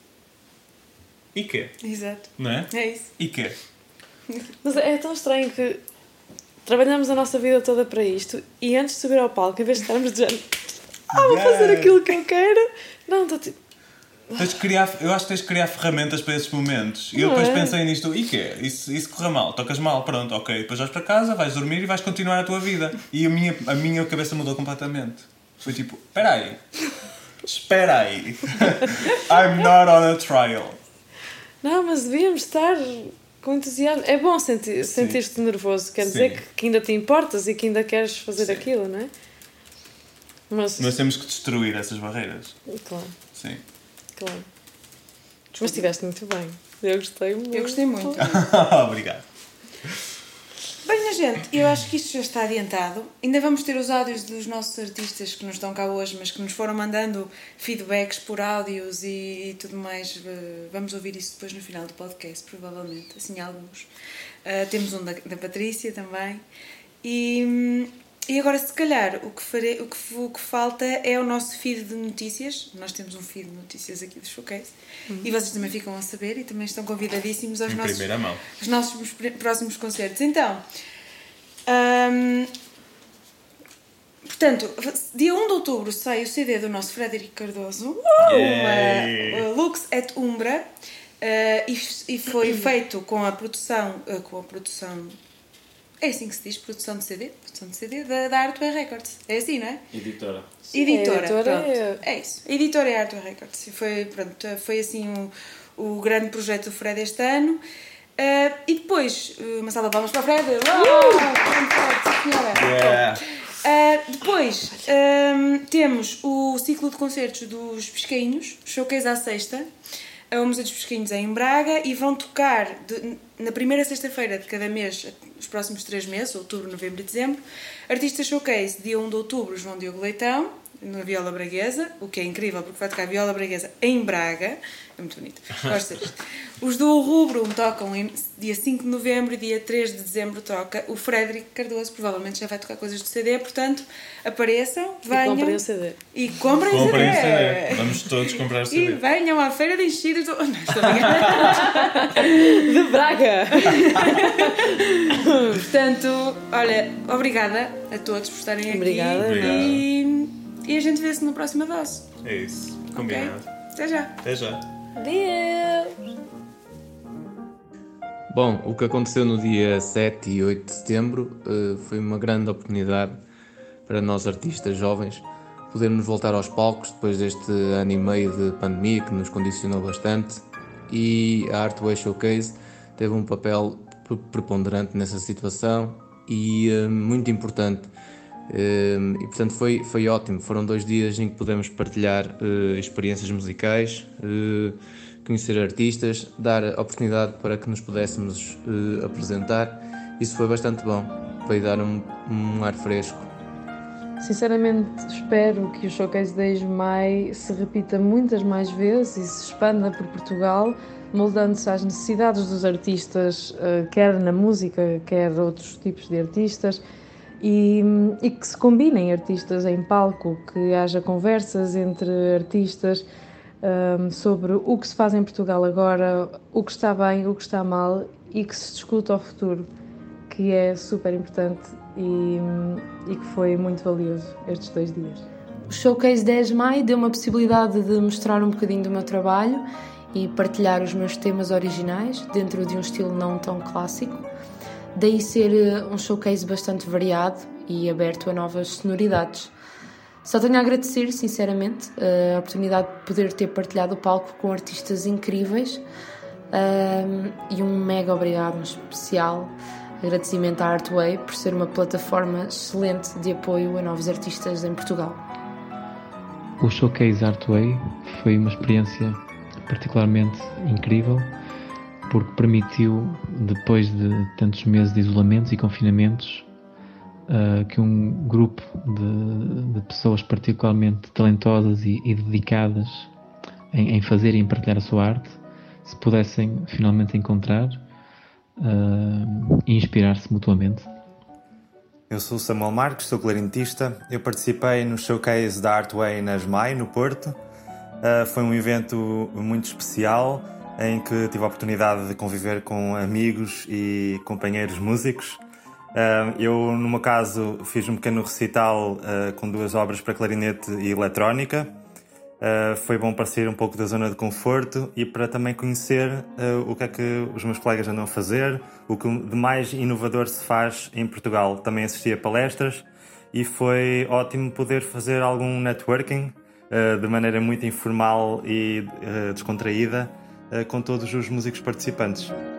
E quê? Exato. Não é? É isso. E quê? Mas é tão estranho que trabalhamos a nossa vida toda para isto e antes de subir ao palco, em vez de estarmos dizendo vou fazer aquilo que eu quero, não, estou tipo... Eu acho que tens de criar ferramentas para esses momentos. E eu depois pensei nisto, e quê? Isso corre mal, tocas mal, pronto, ok. Depois vais para casa, vais dormir e vais continuar a tua vida. E a minha cabeça mudou completamente. Foi tipo, espera aí. I'm not on a trial. Não, mas devíamos estar com entusiasmo. É bom sentir-te nervoso, quer dizer que ainda te importas e que ainda queres fazer aquilo, não é? Mas temos que destruir essas barreiras. Claro. Sim. Claro. Mas estiveste muito bem. Eu gostei muito. Eu gostei muito. Obrigado. Bem, minha gente, eu acho que isto já está adiantado. Ainda vamos ter os áudios dos nossos artistas que não estão cá hoje, mas que nos foram mandando feedbacks por áudios e tudo mais. Vamos ouvir isso depois no final do podcast, provavelmente. Assim, alguns. Temos um da Patrícia também. E agora, se calhar, o que falta é o nosso feed de notícias. Nós temos um feed de notícias aqui do Showcase. E vocês também ficam a saber e também estão convidadíssimos aos nossos próximos concertos. Então, portanto, dia 1 de outubro sai o CD do nosso Frederico Cardoso, Lux et Umbra, e foi feito com a produção... É assim que se diz, produção de CD da Artware Records. É assim, não é? Editora. Pronto. É isso. A editora é a Artware Records. E foi assim o grande projeto do Fred este ano. E depois, uma salva de palmas para o Fred. Depois temos o ciclo de concertos dos Pesquinhos, Showcase à sexta. O Museu dos Pesquinhos é em Braga e vão tocar na primeira sexta-feira de cada mês, os próximos 3 meses, outubro, novembro e dezembro. Artista Showcase, dia 1 de outubro, João Diogo Leitão, na viola braguesa, o que é incrível porque vai tocar viola braguesa em Braga. É muito bonito. Gosto disto. Os do Rubro tocam dia 5 de novembro e dia 3 de dezembro toca o Frederico Cardoso, provavelmente já vai tocar coisas do CD, portanto, apareçam, venham. E comprem o CD. E comprem o CD. Vamos todos comprar o CD. E venham à feira de enchidos do... Não, estou a de Braga! Portanto, olha, obrigada a todos por estarem aqui. Obrigada. E a gente vê-se na próxima dose. É isso, combinado. Okay? Até já. Até já. Adeus! Bom, o que aconteceu no dia 7 e 8 de setembro foi uma grande oportunidade para nós artistas jovens podermos voltar aos palcos depois deste ano e meio de pandemia que nos condicionou bastante, e a Artware Showcase teve um papel preponderante nessa situação e muito importante. E portanto foi ótimo. Foram 2 dias em que pudemos partilhar experiências musicais, conhecer artistas, dar oportunidade para que nos pudéssemos apresentar. Isso foi bastante bom, veio dar um ar fresco. Sinceramente espero que o Showcase 10 de Maio se repita muitas mais vezes e se expanda por Portugal, moldando-se às necessidades dos artistas, quer na música, quer outros tipos de artistas. E que se combinem artistas em palco, que haja conversas entre artistas sobre o que se faz em Portugal agora, o que está bem, o que está mal, e que se discuta o futuro, que é super importante e que foi muito valioso estes 2 dias. O Showcase 10 de Maio deu uma possibilidade de mostrar um bocadinho do meu trabalho e partilhar os meus temas originais dentro de um estilo não tão clássico. Daí ser um showcase bastante variado e aberto a novas sonoridades. Só tenho a agradecer, sinceramente, a oportunidade de poder ter partilhado o palco com artistas incríveis, e um mega obrigado, um especial agradecimento à Artway por ser uma plataforma excelente de apoio a novos artistas em Portugal. O Showcase Artway foi uma experiência particularmente incrível, porque permitiu, depois de tantos meses de isolamentos e confinamentos, que um grupo de pessoas particularmente talentosas e dedicadas em fazer e em partilhar a sua arte se pudessem finalmente encontrar e inspirar-se mutuamente. Eu sou o Samuel Marques, sou clarinetista. Eu participei no showcase da Artway na ESMAI, no Porto. Foi um evento muito especial em que tive a oportunidade de conviver com amigos e companheiros músicos. Eu, no meu caso, fiz um pequeno recital com 2 obras para clarinete e eletrónica. Foi bom para sair um pouco da zona de conforto e para também conhecer o que é que os meus colegas andam a fazer, o que de mais inovador se faz em Portugal. Também assisti a palestras e foi ótimo poder fazer algum networking de maneira muito informal e descontraída com todos os músicos participantes.